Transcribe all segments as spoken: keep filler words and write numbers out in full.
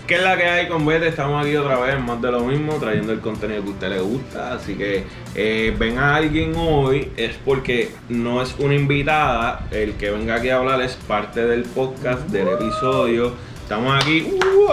¿Qué es la que hay con Vete? Estamos aquí otra vez, más de lo mismo, trayendo el contenido que a usted le gusta. Así que eh, venga alguien hoy, es porque no es una invitada. El que venga aquí a hablar es parte del podcast, del episodio. Estamos aquí. ¡Wow!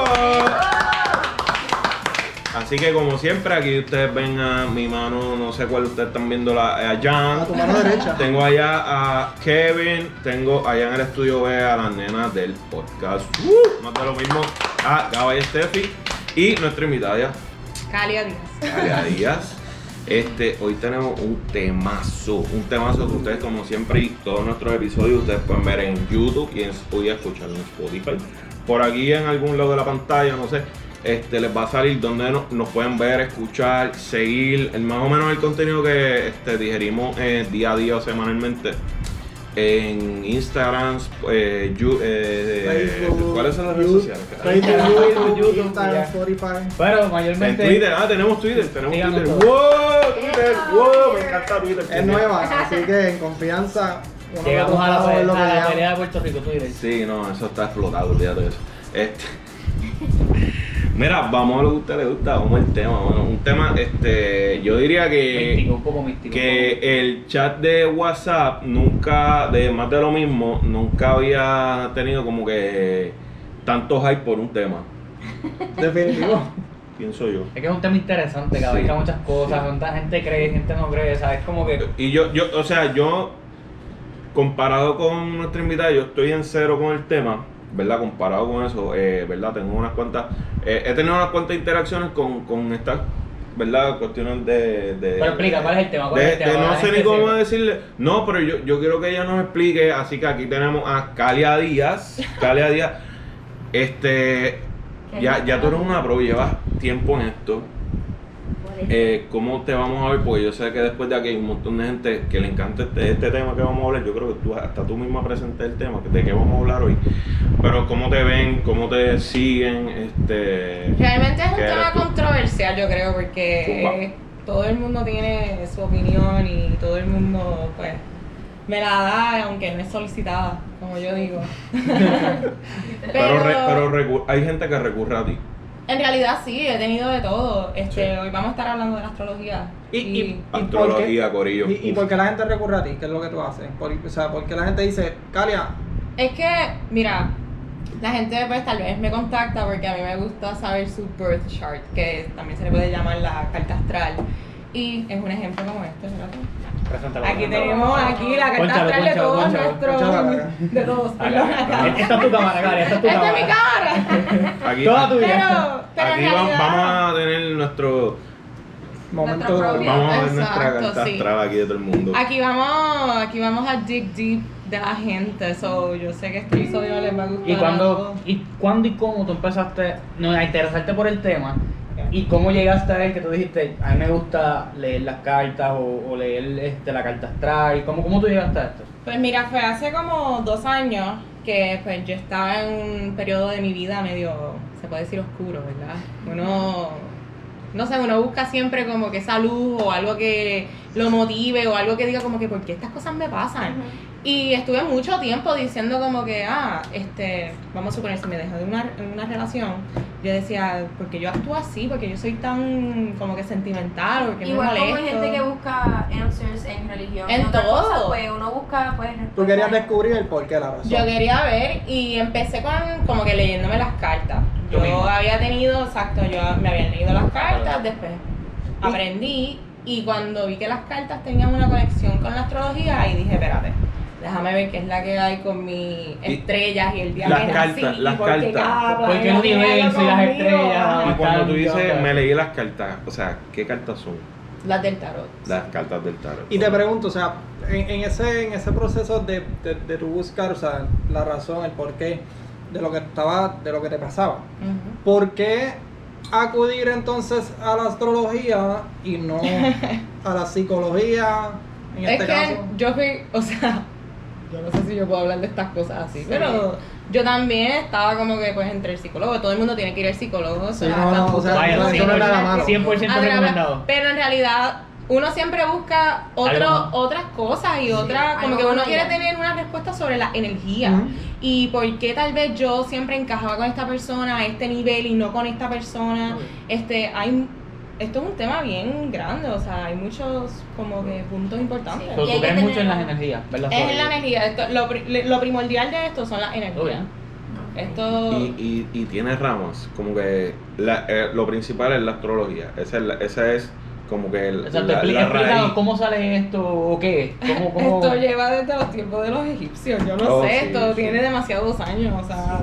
Así que como siempre, aquí ustedes ven a mi mano, no sé cuál ustedes están viendo, la, a Jan. A tu mano derecha. Tengo allá a Kevin, tengo allá en el estudio B a las nenas del podcast. Uh, más de lo mismo, a Gaba y Steffi. Y nuestra invitada ya, Calia Díaz. Calia Díaz. Este, hoy tenemos un temazo, un temazo que ustedes como siempre y todos nuestros episodios ustedes pueden ver en YouTube y en, hoy escucharlo en Spotify. Por aquí en algún lado de la pantalla, no sé. Este, les va a salir donde nos, nos pueden ver, escuchar, seguir, el, más o menos el contenido que este, digerimos eh, día a día o semanalmente en Instagram, eh, you, eh, Facebook, ¿cuáles son las redes YouTube, sociales? Facebook, YouTube, Instagram, ya. Spotify. Pero En mayormente. Twitter, ah, tenemos Twitter, tenemos Síganos Twitter. todos. ¡Wow! Twitter, wow, me encanta Twitter. Es nueva, así que en confianza. uno Llegamos a la, sabe pe- lo que a la llegamos. pelea de Puerto Rico, Twitter. Sí, no, eso está explotado, olvídate de eso. Este. Mira, vamos a lo que a usted le gusta, vamos al tema. Bueno, un tema, este, yo diría que. Místico, un poco místico. Que el chat de WhatsApp nunca, de más de lo mismo, nunca había tenido como que tanto hype por un tema. Definitivo. Pienso yo. Es que es un tema interesante, que Sí, abarca muchas cosas, sí. cuánta gente cree, gente no cree, ¿sabes? Como que. Y yo, yo, o sea, yo, comparado con nuestra invitada, yo estoy en cero con el tema, ¿verdad? Comparado con eso, eh, ¿verdad? Tengo unas cuantas, eh, he tenido unas cuantas interacciones con, con estas, ¿verdad? Cuestiones de... de Pero explica, ¿cuál es el tema? ¿Cuál De, es el tema? de no La sé ni gente cómo sepa. decirle. No, pero yo, yo quiero que ella nos explique. Así que aquí tenemos a Calia Díaz. Calia Díaz. Este. Ya, ya tú eres una pro, llevas tiempo en esto. Eh, ¿Cómo te vamos a ver? Porque yo sé que después de aquí hay un montón de gente que le encanta este, este tema que vamos a hablar. Yo creo que tú hasta tú misma presentaste el tema de qué vamos a hablar hoy. Pero ¿cómo te ven? ¿Cómo te siguen? Este. Realmente es un ¿qué eres tema tú? controversial, yo creo, porque Zumba. eh, todo el mundo tiene su opinión y todo el mundo, pues, me la da, aunque no es solicitada, como yo digo. Pero, re- pero recu- hay gente que recurre a ti. En realidad sí, he tenido de todo. Este, Hoy vamos a estar hablando de la astrología. Y, y, y por Astrología, qué, corillo. y, y por qué la gente recurre a ti, ¿qué es lo que tú haces? Por, o sea, porque la gente dice, Calia, Es que, mira, la gente pues tal vez me contacta porque a mí me gusta saber su birth chart, que también se le puede llamar la carta astral. Y es un ejemplo como este, ¿verdad? Preséntalo, Aquí preséntalo. tenemos aquí la carta Pónchalo, astral de pónchalo, todos pónchalo. nuestros... Pónchala. De todos, perdón, acá. Esta es tu cámara, Calia, esta es tu Esta cámara. es mi cámara. Aquí, Toda tu vida. Pero, pero aquí en va- realidad... vamos a tener nuestro. momento Nuestra propia- Vamos a ver nuestra Exacto, carta sí. astral aquí de todo el mundo. Aquí vamos, aquí vamos a dig deep de la gente, so yo sé que este episodio les va a gustar. ¿Y a cuándo, todos. y cuándo y cómo tú empezaste no, a interesarte por el tema? ¿Y cómo llegaste a ver que tú dijiste, a mí me gusta leer las cartas o, o leer este, la carta astral? ¿Cómo, ¿Cómo tú llegaste a esto? Pues mira, fue hace como dos años que pues yo estaba en un periodo de mi vida medio, se puede decir oscuro, ¿verdad? Uno, no sé, uno busca siempre como que esa luz o algo que lo motive o algo que diga como que, ¿por qué estas cosas me pasan? Y estuve mucho tiempo diciendo como que, ah, este, vamos a suponer, si me dejé de una, en una relación, yo decía, porque yo actúo así, porque yo soy tan como que sentimental, porque me Igual molesto. como hay gente que busca answers en religión, En otras todo. cosas, pues uno busca pues tú querías respuestas. descubrir el por qué, la razón. Yo quería ver y empecé con como que leyéndome las cartas. Tú Yo misma. había tenido, exacto, yo me habían leído las cartas, después aprendí y cuando vi que las cartas tenían una conexión con la astrología, ahí dije, espérate, déjame ver qué es la que hay con mis Y estrellas y el día las que nací, cartas, y las por qué cartas. cada ¿Por qué el planeta tiene algo universo y las conmigo. estrellas? Ajá. Y cuando tú dices, Cartas. me leí las cartas, o sea, ¿qué cartas son? Las del tarot. Las cartas del tarot. Y te pregunto, o sea, en, en ese en ese proceso de, de, de tu buscar, o sea, la razón, el porqué de lo que estaba, de lo que te pasaba, Ujú. ¿por qué acudir entonces a la astrología y no a la psicología en Es este que caso? yo fui, o sea, yo no sé si yo puedo hablar de estas cosas así, Sí. pero yo también estaba como que pues entre el psicólogo, todo el mundo tiene que ir al psicólogo, o sea, Sí, no, no, tampoco- o sea, Vaya, no, sí, eso no es nada malo. cien por ciento Ah, pero- recomendado. Pero en realidad uno siempre busca otro, Algo más. otras cosas y Sí, otras, como algo que uno más quiere allá. tener una respuesta sobre la energía. Ujú. Y por qué tal vez yo siempre encajaba con esta persona a este nivel y no con esta persona. Este, hay, esto es un tema bien grande, o sea, hay muchos como que puntos importantes. Sí. Pero Y tú hay que crees mucho tener- en las energías, ¿verdad? Es la energía, esto, lo, pri- lo primordial de esto son las energías. Obvio. Esto... Y, y, y tiene ramas, como que la, eh, lo principal es la astrología. Esa es, la- esa es como que el, Exacto, la, explica- la explícanos raíz. cómo sale esto o qué. ¿Cómo, cómo... Esto lleva desde los tiempos de los egipcios, yo no Oh, sé, sí, esto sí. tiene demasiados años, o sea,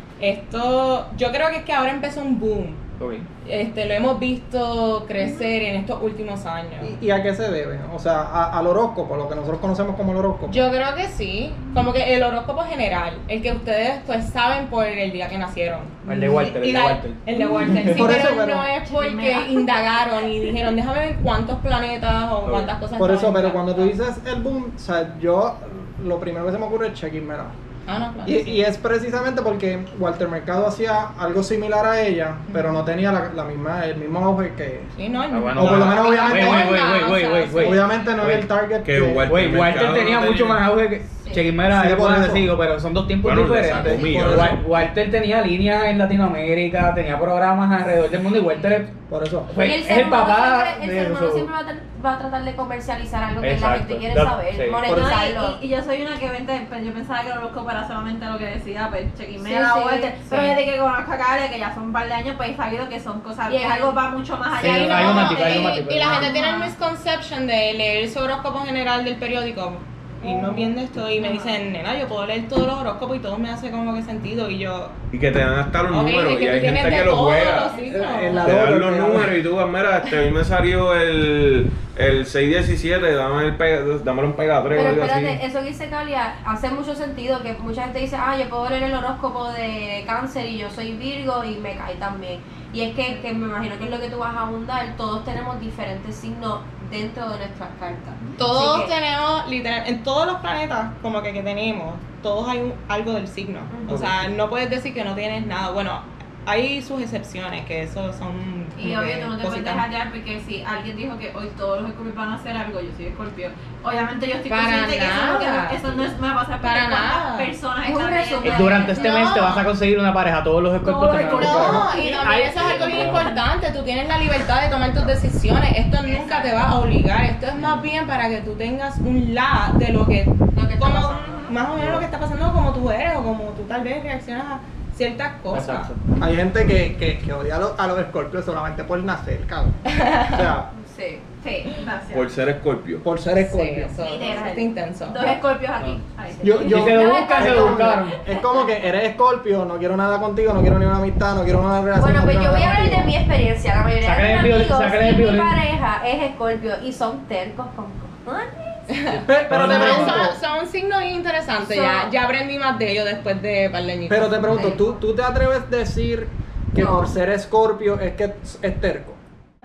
esto, yo creo que es que ahora empezó un boom, Ok. este, lo hemos visto crecer en estos últimos años. ¿Y, y a qué se debe? O sea, a- al horóscopo, lo que nosotros conocemos como el horóscopo. Yo creo que sí, como que el horóscopo general, el que ustedes pues saben por el día que nacieron. El de Walter, el Y de la- Walter. El de Walter, sí, Por pero eso, pero- no es porque indagaron y dijeron, déjame ver cuántos planetas o cuántas cosas. Por eso, estaban pero en cuando tú cada- dices el boom, o sea, yo lo primero que se me ocurre es Chequín Mera. Ah, no, claro. Y, sí. y es precisamente porque Walter Mercado hacía algo similar a ella, pero no tenía la, la misma, el mismo auge que... Sí, no, Ah, bueno, O por lo menos, obviamente- Wait, wait, wait, wait, wait, wait. Obviamente no Wait. es el target Que Walter- Güey, Walter Mercado tenía no mucho tenía- más auge que Sí. Chequimera, Sí, es por bueno eso. digo, pero son dos tiempos Bueno, le diferentes. sacó millones. Por Wa- Walter tenía líneas en Latinoamérica, tenía programas alrededor del mundo y Walter Por eso. fue- Y el es ser el humano papá siempre, el de ser humano eso. siempre va a, tra- va a tratar de comercializar algo que Exacto. la gente quiere Da- saber, sí. monetizarlo. No, y, y yo soy una que vente, pues yo pensaba que el horóscopo era solamente lo que decía, pues chequimera Sí, o sí, este, sí. pero desde que conozco a Karen, que ya son un par de años, pues he sabido que son cosas, Y que es- algo va mucho más Sí, allá. hay y una no- tipa, hay una y, tipa. y la gente tiene el Ajá. misconception de leer su horóscopo general del periódico y no viendo esto y me dicen, nena, yo puedo leer todos los horóscopos y todo me hace como que sentido y yo, Y que te dan hasta los ok, números es que y tú hay tienes gente de que lo todos juega. los signos. En la- Te dan Claro, los claro. números y tú vas, mira, este, a mí me salió el, el seis diecisiete, dame el pega, dámelo un pega tres o Pero algo espérate, así. eso que dice Calia hace mucho sentido, que mucha gente dice, ah, yo puedo leer el horóscopo de cáncer y yo soy Virgo y me cae también. Y es que, que me imagino que es lo que tú vas a abundar, todos tenemos diferentes signos dentro de nuestras cartas. Todos Así que- tenemos, literal, en todos los planetas como que, que tenemos, todos hay un- algo del signo. O sea, no puedes decir que no tienes nada. Bueno, hay sus excepciones, que eso son Y como obvio, que tú no te puedes cositas. dejar llevar porque si alguien dijo que hoy todos los escorpios van a hacer algo, yo soy escorpio. Obviamente yo estoy Para consciente que eso, es lo que nada. no- eso no es, me va a pasar porque Para cuántas nada. personas Es un están resumen. leyendo. Durante este No. mes te vas a conseguir una pareja, todos los escorpios Todos te los van a escorpios. No, conseguir. y también eso es algo bien importante, tú tienes la libertad de tomar tus decisiones, esto nunca te va a obligar, esto es más bien para que tú tengas un la de lo que, Lo que está como, pasando. más o menos lo que está pasando, como tú eres o como tú tal vez reaccionas a ciertas cosas. Exacto. Hay gente que, que, que odia a los, a los escorpios solamente por nacer, cabrón. O sea, Sí. Sí, gracias. Por ser escorpio. por ser Sí, escorpio. eso, Literal. es intenso. Dos escorpios aquí. Ahí. Yo, yo, Si se lo Yo- buscan, se es lo como- buscaron. Es como que eres escorpio, no quiero nada contigo, no quiero ni una amistad, no quiero una relación. Bueno, no pues quiero yo voy a nada hablar de contigo. mi experiencia. La mayoría Sácale de el mis violín, amigos sácale el y mi violín. pareja es escorpio y son tercos con cojones. Pe- Pero, Pero te no, pregunto, Son, son un signo bien interesante, Son- ya, ya aprendí más de ellos después de par de añitos. pero te pregunto, Sí. ¿tú, ¿tú te atreves a decir que No. por ser escorpio es que es es terco?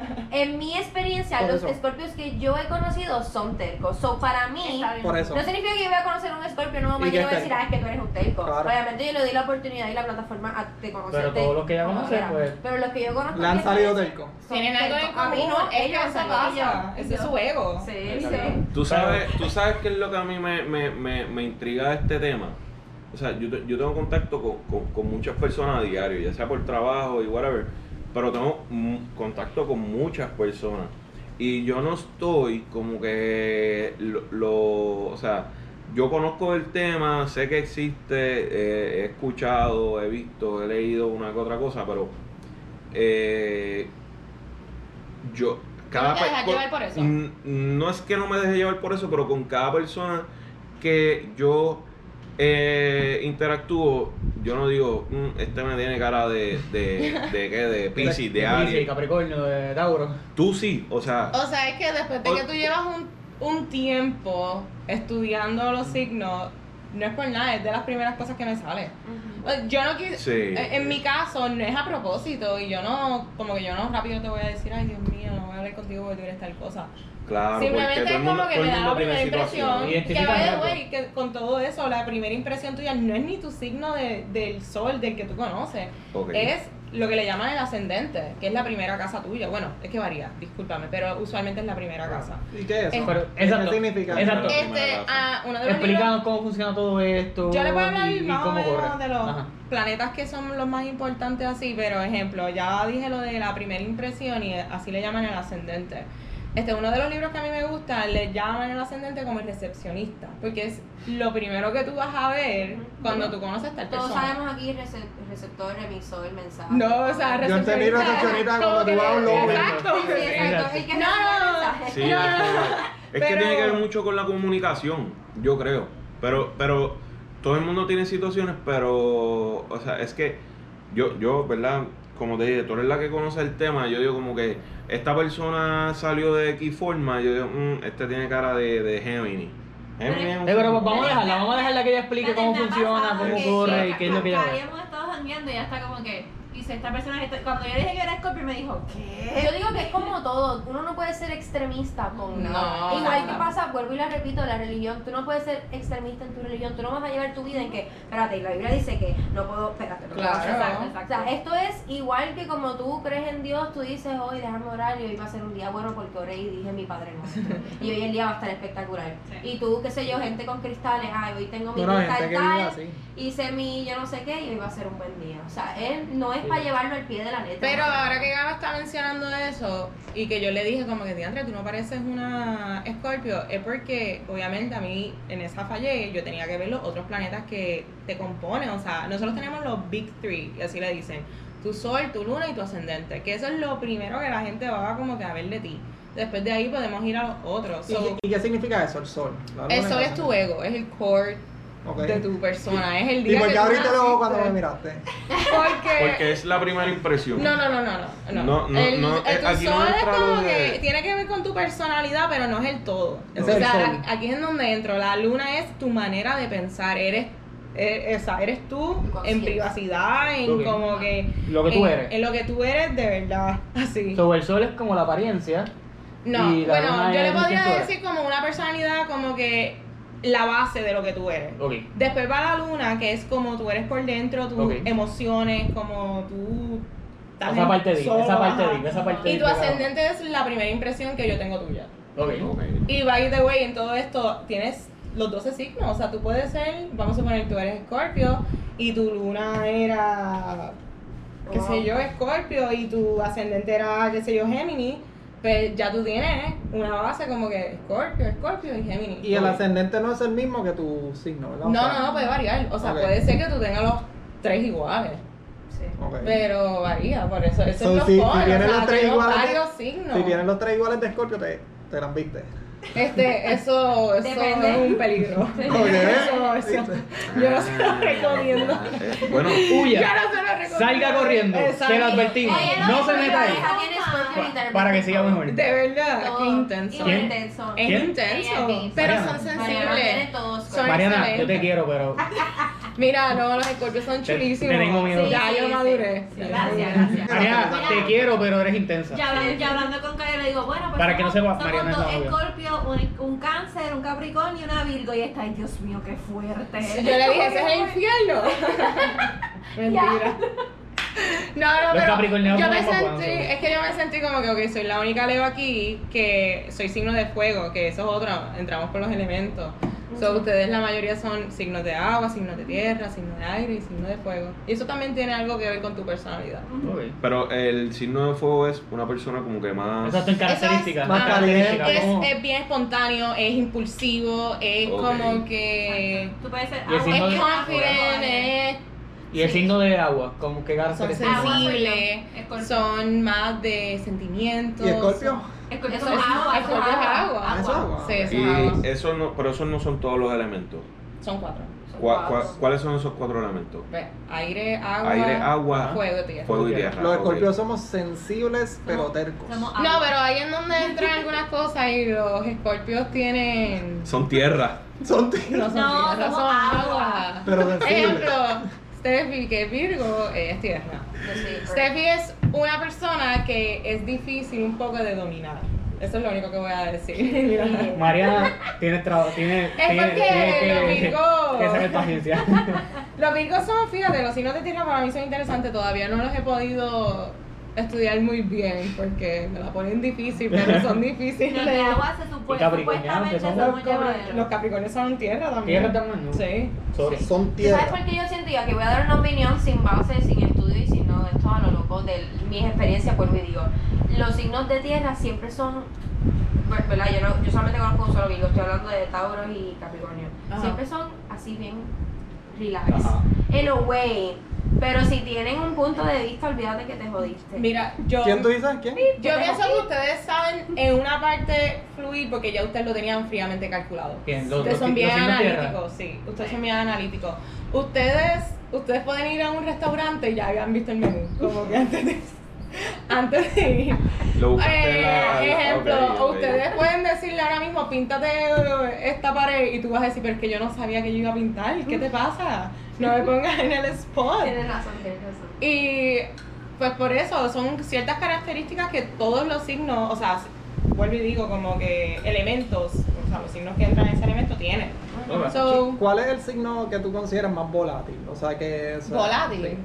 En mi experiencia, Por los eso. escorpios que yo he conocido son tercos. So, para mí, Está bien. Por eso. no significa que yo voy a conocer un escorpio nuevo ¿Y y qué yo es voy a decir, terco? ah, es que tú eres un terco. Claro. Obviamente yo le di la oportunidad y la plataforma a, de conocerte. Pero todos los que ya como conoces, quiera. pues. Pero los que yo conozco. Le han que salido son- tercos. son Tienen algo en tercos. A mí común, no, es que ellos eso son pasa, ellos. ese es su ego. Sí, Exacto. sí. ¿Tú sabes, tú sabes qué es lo que a mí me, me, me, me intriga de este tema? O sea, yo, te- yo tengo contacto con, con, con muchas personas a diario, ya sea por trabajo y whatever, pero tengo mm, contacto con muchas personas. Y yo no estoy como que lo, lo- o sea, yo conozco el tema, sé que existe, eh, he escuchado, he visto, he leído una que otra cosa, pero eh, yo cada ¿No te dejas pe- llevar por eso? Mm, no es que no me deje llevar por eso, pero con cada persona que yo eh, interactúo, yo no digo, "Mm, este me tiene cara de, de, de qué, de Piscis, de Piscis, Aries. Capricornio, de Tauro. Tú sí, o sea, O sea, es que después de que tú llevas un, un tiempo estudiando los signos, no es por nada, es de las primeras cosas que me sale. Ujú. Yo no quise, Sí. en en mi caso no es a propósito y yo no, como que yo no rápido te voy a decir, ay Dios mío, no voy a hablar contigo porque tú eres tal cosa. claro, Simplemente porque todo es el mundo, como que todo el me da mundo la tiene primera impresión. situaciones. Que Identifica by the algo. way, que con todo eso, la primera impresión tuya no es ni tu signo de, del sol del que tú conoces. Ok. Es lo que le llaman el ascendente, que es la primera casa tuya. Bueno, es que varía, discúlpame, pero usualmente es la primera casa. ¿Y qué es eso? Es- Pero, ¿Qué exacto, significa? exacto. La Este, primera casa. ah, uno de los libros- Explícanos cómo funciona todo esto. Yo le puedo hablar y, y más o cómo menos corre. de los Ajá. planetas que son los más importantes así, pero ejemplo, ya dije lo de la primera impresión y así le llaman el ascendente. Este, uno de los libros que a mí me gusta, le llaman el ascendente como el recepcionista, porque es lo primero que tú vas a ver cuando tú conoces a tal Todos persona. sabemos aquí recep- receptor, emisor, el mensaje. No, o sea, Yo entendí recepcionista como cuando que tú vas a un le- lobby. Exacto. Sí, exacto. El que No, recibe el no, mensaje. Sí, No, es no, que, no. es que Pero- tiene que ver mucho con la comunicación, yo creo. Pero, pero todo el mundo tiene situaciones, pero, o sea, es que yo, yo, ¿verdad? Como te dije, tú eres la que conoce el tema, yo digo como que esta persona salió de X forma, yo digo, mm, este tiene cara de, de Gemini. Gemini es un Eh, pero signo. vamos a dejarla, vamos a dejarla que ella explique cómo Me ha funciona, pasado cómo que- corre que y qué es lo que ella ve. Habíamos estado jangueando y ya está como que. Dice, esta persona. Esta, cuando yo dije que era Scorpio, me dijo, ¿qué? Yo digo que es como todo, uno no puede ser extremista con No, nada. Igual no. que pasa, vuelvo y la repito, la religión, tú no puedes ser extremista en tu religión, tú no vas a llevar tu vida en que, espérate, la Biblia dice que no puedo, espérate, no puedo Claro. hacer Exacto, O exacto. sea, esto es igual que como tú crees en Dios, tú dices, hoy déjame orar y hoy va a ser un día bueno porque oré y dije mi Padre Nuestro. Y hoy el día va a estar espectacular. Sí. Y tú, qué sé yo, gente con cristales, ay, hoy tengo mi Bueno, cristal gente que vive tal, así. hice mi yo no sé qué y hoy va a ser un buen día. O sea, él no es para llevarlo al pie de la letra. Pero ahora que Gaba está mencionando eso y que yo le dije como que diantre, tú no pareces una Scorpio, es porque obviamente a mí en esa fallé yo tenía que ver los otros planetas que te componen, o sea, nosotros tenemos los Big Three, y así le dicen, tu Sol, tu Luna y tu Ascendente, que eso es lo primero que la gente va como que a ver de ti. Después de ahí podemos ir a los otros. ¿Y, So, qué- y qué significa eso, el sol? La luna el y Sol la es tu luna. ego, es el core Ok. de tu persona, es el ¿Y día por que qué tú abriste los ojos cuando me naciste. miraste? Porque... Porque es la primera impresión. No, no, no, no, no. No, No, no, el, no, el- eh, tu aquí no sol es entra lo como de- que tiene que ver con tu personalidad, pero no es el todo. Es o el sea, sol. a- aquí es donde entro. La luna es tu manera de pensar. Eres, eres, esa, eres tú Tu en conciencia. privacidad, en Ok. como que. Lo que tú en, eres. En lo que tú eres de verdad. Así. So, el sol es como la apariencia. No, y la bueno, luna yo es le el podría quién tú eres. decir como una personalidad, como que la base de lo que tú eres. Ok. Después va la luna, que es como tú eres por dentro, tus Ok. emociones, como tú. estás Esa en- parte de solo, esa parte ajá. de esa parte Y de tu ascendente es la primera impresión que yo tengo tuya. Ok. Ok. Y by the way, en todo esto tienes los doce signos. O sea, tú puedes ser, vamos a suponer, tú eres Scorpio y tu luna era, qué sé yo, Scorpio y tu ascendente era, qué sé yo, Géminis. Pues ya tú tienes una base como que Scorpio, Scorpio y Géminis. Y el Ok. ascendente no es el mismo que tu signo, ¿verdad? O No, sea, no, no, puede variar. O sea, Ok. puede ser que tú tengas los tres iguales. Sí. ok. Pero varía, por eso. Eso So, es los si- si polos, tienen o sea, los tres tenemos iguales de- varios signos. Si tienen los tres iguales de Scorpio, te, te las viste. Este, eso, eso Depende. es un peligro. Ok. Eso, eso. Yo no se lo recomiendo. Eh, Bueno, Huya. Yo no se lo recomiendo. Salga corriendo. Exacto. Te lo advertimos. Oye, No se meta ahí. Esa tiene Scorpio y Pa- Para que siga mejor. De verdad, Todo. qué intenso. Y ¿Quién? intenso. Es ¿Quién? intenso. Ella Pero Mariana. son Mariana tiene sensibles. todo Son Scorpio. Mariana, yo te excelentes. quiero, pero Mira, no, los escorpios son Te- chulísimos. te tengo miedo. Ya Sí, yo sí, maduré. sí. Ya yo Gracias, maduré. gracias. Mariana, te quiero, pero eres intensa. Ya hablando, ya hablando con Kaya le digo, bueno, pues Para que no somos, sepa, Mariana es somos la dos novia. Scorpio, un, un cáncer, un capricornio y una virgo y está, ay Dios mío, qué fuerte. Yo le dije, ese es el infierno. Mentira. No, no, Los pero capricornianos yo son me los sentí, guapanzos. es que yo me sentí como que, ok, soy la única Leo aquí que soy signo de fuego, que eso es otro, entramos por los elementos. So, ustedes la mayoría son signos de agua, signos de tierra, signos de aire y signos de fuego. Y eso también tiene algo que ver con tu personalidad. Ok. pero el signo de fuego es una persona como que más. Exacto, en características. Eso es- Más ah, caliente. es, ¿cómo? es bien espontáneo, es impulsivo, es Ok. como que Tú puedes ser Y el agua, signo es de- confident, es Y el Sí. signo de agua, como que son características. Agua soy yo, sensibles, Escorpio. son más de sentimientos. ¿Y Scorpio? Escorpio Eso es es agua, Escorpio es agua. Ah, eso es agua. Sí, eso Y es agua. eso no, pero esos no son todos los elementos. Son cuatro. ¿Cuá- cuá- ¿Cuáles son esos cuatro elementos? Ve, aire, agua, Aire, agua, fuego, tierra. fuego y tierra. Los ok. escorpios somos sensibles, pero Somos- tercos. somos No, agua. pero ahí es donde entran algunas cosas y los escorpios tienen... Son tierra. Son No son No, tierra, somos son agua. agua. Pero sensibles. Ejemplo, Steffi, que es Virgo, es tierra. Yo soy Steffi es una persona que es difícil un poco de dominar. Eso es lo único que voy a decir. Mariana tiene trabajo, tiene, Es tiene, porque tiene los que, Virgos- que tener paciencia. Los Virgos son, fíjate, los signos de tierra para mí son interesantes. Todavía no los he podido estudiar muy bien porque me la ponen difícil, pero son difíciles. Los de agua se supone, Y capricornianos, que supuestamente son son Los, muy cabri- llevaderos. los Capricornios son tierra también. Tierra también, ¿no? Sí. Sorry. Son ¿Tú tierra. ¿Sabes por qué yo siento? Y aquí voy a dar una opinión sin base, sin estudio y sin nada de esto a lo loco de mis experiencias, vuelvo y digo. Los signos de tierra siempre son, ¿verdad? Yo, no, yo solamente conozco un solo Virgo, estoy hablando de Tauro y Capricornio. Ajá. Siempre son así bien relax. Ajá. In a way. Pero si tienen un punto de vista, olvídate que te jodiste. Mira, yo. ¿Quién tú dices? ¿Quién? Yo pienso que ustedes saben en una parte fluir porque ya ustedes lo tenían fríamente calculado. ¿Quién? Los- Ustedes los- son los bien signos tierra. analíticos, sí. Ustedes son bien analíticos. Ustedes, ustedes pueden ir a un restaurante y ya habían visto el menú. Como que antes de, antes de ir. Lo buscaste en la- Eh, la- ejemplo, ok, ok. ustedes pueden decirle ahora mismo, píntate esta pared y tú vas a decir, pero es que yo no sabía que yo iba a pintar. ¿Qué te pasa? No me pongas en el spot. Tienes razón, tienes razón. Y pues por eso son ciertas características que todos los signos, o sea, vuelvo y digo, como que elementos, o sea, los signos que entran en ese elemento tienen. Ok. So, ¿Cuál es el signo que tú consideras más volátil? O sea, que es... volátil. Sí.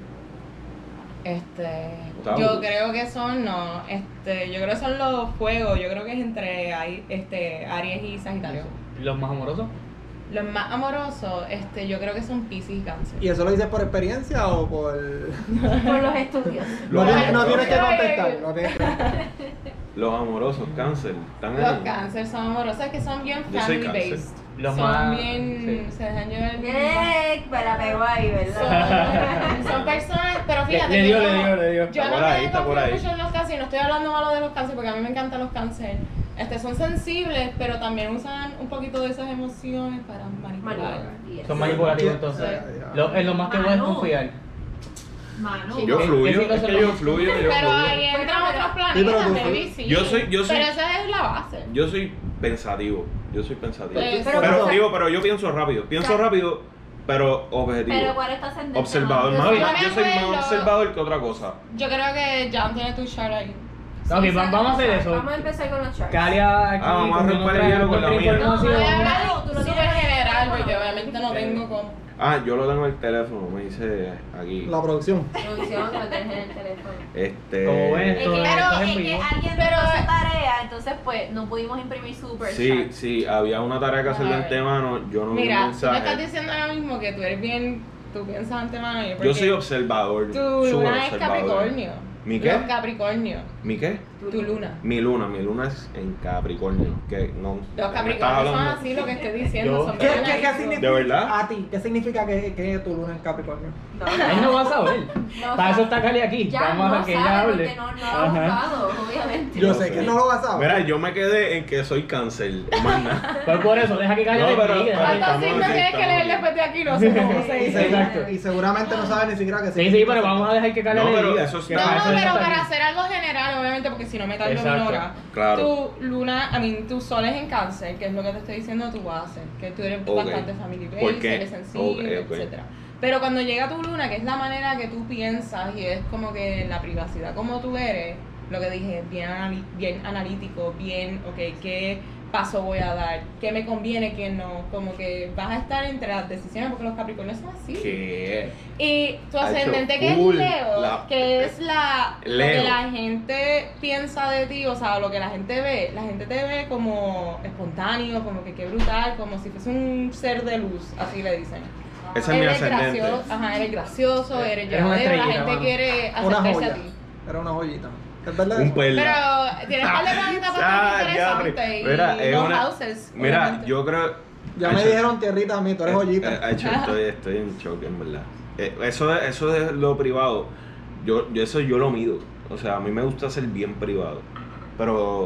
Este, Taurus. yo creo que son, no, este, yo creo que son los fuegos, yo creo que es entre ahí, este, Aries y Sagitario. Los más amorosos. Los más amorosos, este, yo creo que son Piscis y Cáncer. ¿Y eso lo dices por experiencia o por...? Por los estudios. No, Los tienes, no tienes que amorosos. contestar. No tienes que... Los amorosos, cáncer, están Los ahí. cáncer son amorosos, es que son bien Yo soy family cáncer. based. Los son más- bien, sí. se dejan llevar bien. ¡Eh! Me la pegó ahí, ¿verdad? Son, son personas, pero Le, fíjate. le dio, yo le no- dio, le dio. Yo Está no por ahí, me está por confío ahí. mucho en los cáncer, no estoy hablando malo de los cáncer porque a mí me encantan los cáncer. Este, son sensibles, pero también usan un poquito de esas emociones para manipular. Manipular. Son manipulativos Sí. entonces. Sí. Lo, es lo más que puedes Manu. confiar. Manu. Yo ¿Qué- fluyo, qué signos es son que los yo más- fluyo, yo Pero ahí fluyo. entran otros Sí, pero planetas, tú- baby, sí. Yo soy- yo soy- Pero esa es la base. Yo soy pensativo, yo soy pensativo. Pues, Pero, pero- digo, pero yo pienso rápido, pienso Claro. rápido, pero objetivo. Pero ¿cuál está ascendente? Observador, Manu? más, Yo me yo soy acuerdo- más observador que otra cosa. Yo creo que Jan tiene tu chart ahí. Ok, Sí, va- vamos a hacer eso. Vamos a empezar con los charts. Calia aquí Ah, vamos a con romper otra- el hielo con la otra mía. información. No, Voy a no, hablar no, tú lo súper tienes en el general teléfono. porque obviamente no tengo como... Ah, yo lo tengo en el teléfono, me dice aquí. La producción. Producción, lo tienes en el teléfono. Este. Como ven, Es esto que, es- esto es es en que vivo. alguien Pero- hizo su tarea, entonces pues no pudimos imprimir super Sí, sí, había una tarea que hacerle A ver. antemano, yo no vi un Mira, tú me estás mensaje. diciendo ahora mismo que tú eres bien... Tú piensas antemano. Yo, Yo soy observador, Tu súper luna es observador. Capricornio. ¿Mi qué? Los Capricornio. ¿Mi qué? Tu luna. Mi luna, mi luna es en Capricornio, que no. Los me estás Capricornios son hablando. así, lo que estoy diciendo. Yo- Son ¿Qué, bien qué, qué analíticos. significa ¿De verdad? a ti? ¿Qué significa que, que tu luna en Capricornio? No, Él no va a saber. No Para eso sabe. está Cali aquí. Ya Vamos no a que ella sabe hable. porque no, no lo ha Ajá. buscado, obviamente. Yo No sé sé. que no lo vas a saber. Mira, yo me quedé en que soy cáncer, más nada. Pues por eso, deja que Cali No, te pero- explique. pero- deja que- ¿Cuántos Estamos signos aquí, tienes que estamos leer aquí. después de aquí? No sé cómo se Y, dice. Exacto. y seguramente no sabe ni siquiera que Sí, sí, pero vamos a dejar que Cali No, le pero diga. eso es- que No, para no, eso ella pero está para aquí. hacer algo general, obviamente, porque si no me tardo Exacto. una hora. Claro. Tu luna, I mean, tu sol es en cáncer, que es lo que te estoy diciendo, tú vas a hacer. Que tú eres Ok. bastante family ¿Por based, qué? eres sensible, Ok, ok. etcétera. Pero cuando llega tu luna, que es la manera que tú piensas y es como que la privacidad como tú eres, lo que dije, bien, anali- bien analítico, bien, ok, ¿qué paso voy a dar? ¿Qué me conviene, qué no? Como que vas a estar entre las decisiones porque los Capricornios son así. ¿Qué? Y tu Ha hecho ascendente que es full Leo, la- que es la lo Leo. que la gente piensa de ti, o sea, lo que la gente ve, la gente te ve como espontáneo, como que qué brutal, como si fuese un ser de luz, así le dicen. Ese es mi Eres ascendente. gracioso, ajá, eres gracioso, eres Eres una llevadero, la estrellita, gente mano. quiere Una acercarse joya. a ti. Era una joyita. ¿Es verdad Un eso? perla. Pero tienes un par de planetas Ah, bastante diablo. interesantes y Mira, es dos una- houses. Mira, obviamente. yo creo. Ya me Hacho, dijeron tierrita a mí, tú eres eh, joyita. eh, hacho, estoy, estoy en shock, en verdad. Eh, eso, de, eso de lo privado, yo, yo eso yo lo mido. O sea, a mí me gusta ser bien privado. Pero,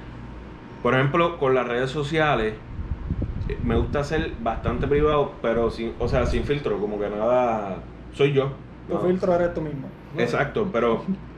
por ejemplo, con las redes sociales, eh, me gusta ser bastante privado, pero sin, o sea, sin filtro, como que nada. Soy yo. Tu ¿no? filtro eres tú mismo. Exacto, pero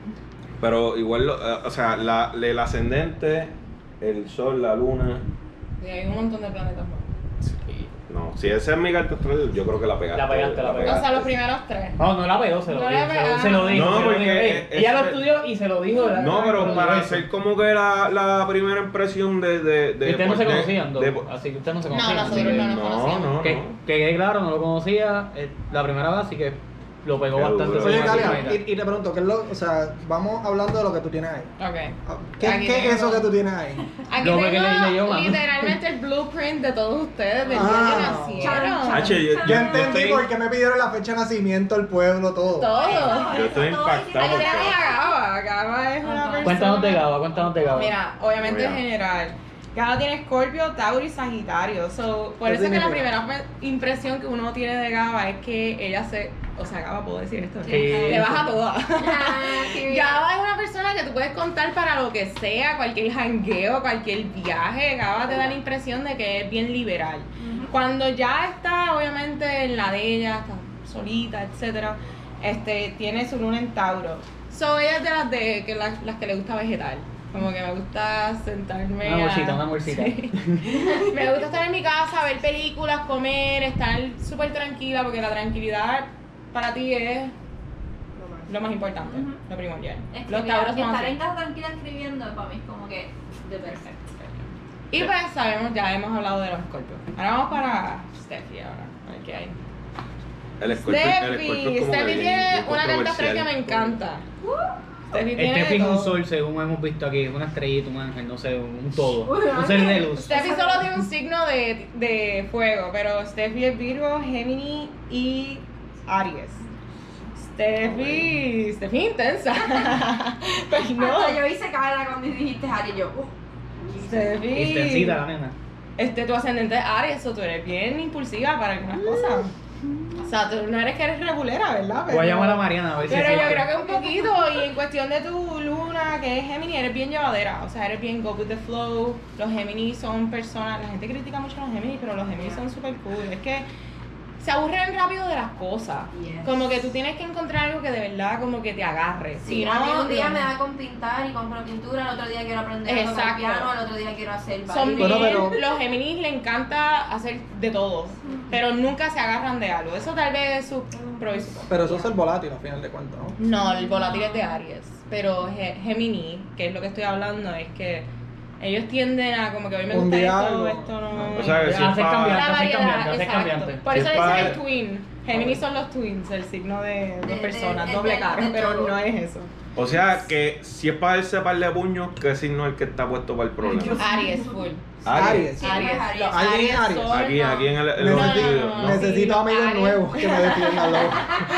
pero igual, lo- eh, o sea, la, el ascendente, el sol, la luna. Y hay un montón de planetas más. Sí. No, si ese es mi carta astral, yo creo que la pegaste. La pegaste, la pegaste. O sea, los primeros tres. No, no la pegó, se lo No dijo. la Se lo, pegó. se lo dijo. No, se lo porque dijo. Ey, es- ella lo es- estudió y se lo dijo. ¿verdad? No, pero Se lo para dijo. hacer como que la, la primera impresión de... de, de Y ustedes no se por qué- conocían, dos. de- Así que ustedes no se No, conocían. nosotros así que- no nos no, conocíamos. no, Que, no. que quede claro, no lo conocía eh, la primera vez, así que lo pegó Qué bastante. duro. por Oye, encima de Galia, la mitad. y, y te pregunto, ¿qué es lo, o sea, vamos hablando de lo que tú tienes ahí. Ok. ¿Qué, Aquí qué es eso tengo- que tú tienes ahí? Aquí Lo que tengo le- leyó, mano. literalmente el blueprint de todos ustedes del Ah. día que Chan, nacieron. Hache, yo, Yo yo entendí estoy, por qué me pidieron la fecha de nacimiento, el pueblo, todo. Todo. yo estoy impactado Aquí porque... tenemos a Gaba. Gaba es una persona. Cuéntanos de Gaba, cuéntanos de Gaba. Mira, obviamente en Mira. general. Gaba tiene Scorpio, Tauro y Sagitario. So, por ¿Qué eso es que la significa? primera pe- impresión que uno tiene de Gaba es que ella se. O sea, Gaba, puedo decir esto. Sí. Le baja toda. Ah, qué bien. Gaba es una persona que tú puedes contar para lo que sea, cualquier jangueo, cualquier viaje. Gaba te da la impresión de que es bien liberal. Cuando ya está, obviamente, en la de ella, está solita, etcétera, este, tiene su luna en Tauro. So, ella es de las de que las, las que le gusta vegetal. Como que me gusta sentarme. Una a- bolsita, una bolsita. Sí. Me gusta estar en mi casa, ver películas, comer, estar súper tranquila, porque la tranquilidad para ti es lo más importante, Ujú. lo primordial. Escribir, Los Tauros son estar así. en casa tranquila escribiendo para mí es como que de perfecto. Y pues sabemos, ya hemos hablado de los escorpios. Ahora vamos para Steffi ahora, a ver qué hay. El escorpio, el escorpio Steffi, es como que Steffi bien- tiene bien una carta astral que controversial. me encanta. Steffi tiene Steffi de es un todo. sol, según hemos visto aquí, una estrellita, un ángel, no sé, un todo. Uy, un Un ser de ángel. luz. Steffi solo tiene un signo de, de fuego, pero Steffi es Virgo, Gemini y Aries. Steffi, Steffi intensa. Pues no. Hasta yo hice cara cuando dijiste Ari, yo, uh, Steffi. Intensita la nena. Este, tu ascendente es Aries, o tú eres bien impulsiva para algunas cosas. O sea, tú no eres que eres regulera, ¿verdad? Voy a llamar a Mariana a ver si Pero es yo cierto. creo que un poquito, y en cuestión de tu luna, que es Gemini, eres bien llevadera, o sea, eres bien go with the flow. Los Gemini son personas, la gente critica mucho a los Gemini, pero los Gemini son súper cool. Es que se aburren rápido de las cosas. Yes. Como que tú tienes que encontrar algo que de verdad como que te agarre. sí, Si a mí no, un día no. me da con pintar y compro pintura, el otro día quiero aprender a tocar Exacto. piano, el otro día quiero hacer Son baile. bien, Bueno, pero- los Géminis le encanta hacer de todo, pero nunca se agarran de algo. Eso tal vez es su pro y su contra. Pero eso es el volátil, al final de cuentas, ¿no? No, el volátil es de Aries, pero Ge- Gemini, que es lo que estoy hablando, es que ellos tienden a como que hoy me Un gusta día esto, algo. esto no. O sea, que si es Hacer pa- cambiar. la hacer variedad, cambiante, hacer exacto. cambiante. Por Si eso es le dicen pa- el twin. Gemini son los twins, el signo de dos De- de- personas, de- doble de- cara, de pero todo. no es eso. O sea, que si es para darse par de puños, ¿qué signo es el que está puesto para el problema? Aries full. Aries. Sí, Aries. Aries. Los Alguien Aries Aries. son- Aquí, aquí en el, en No, los no, estudios, no, ¿no? no. Necesito Sí, amigos Aries. nuevos que me defiendan luego.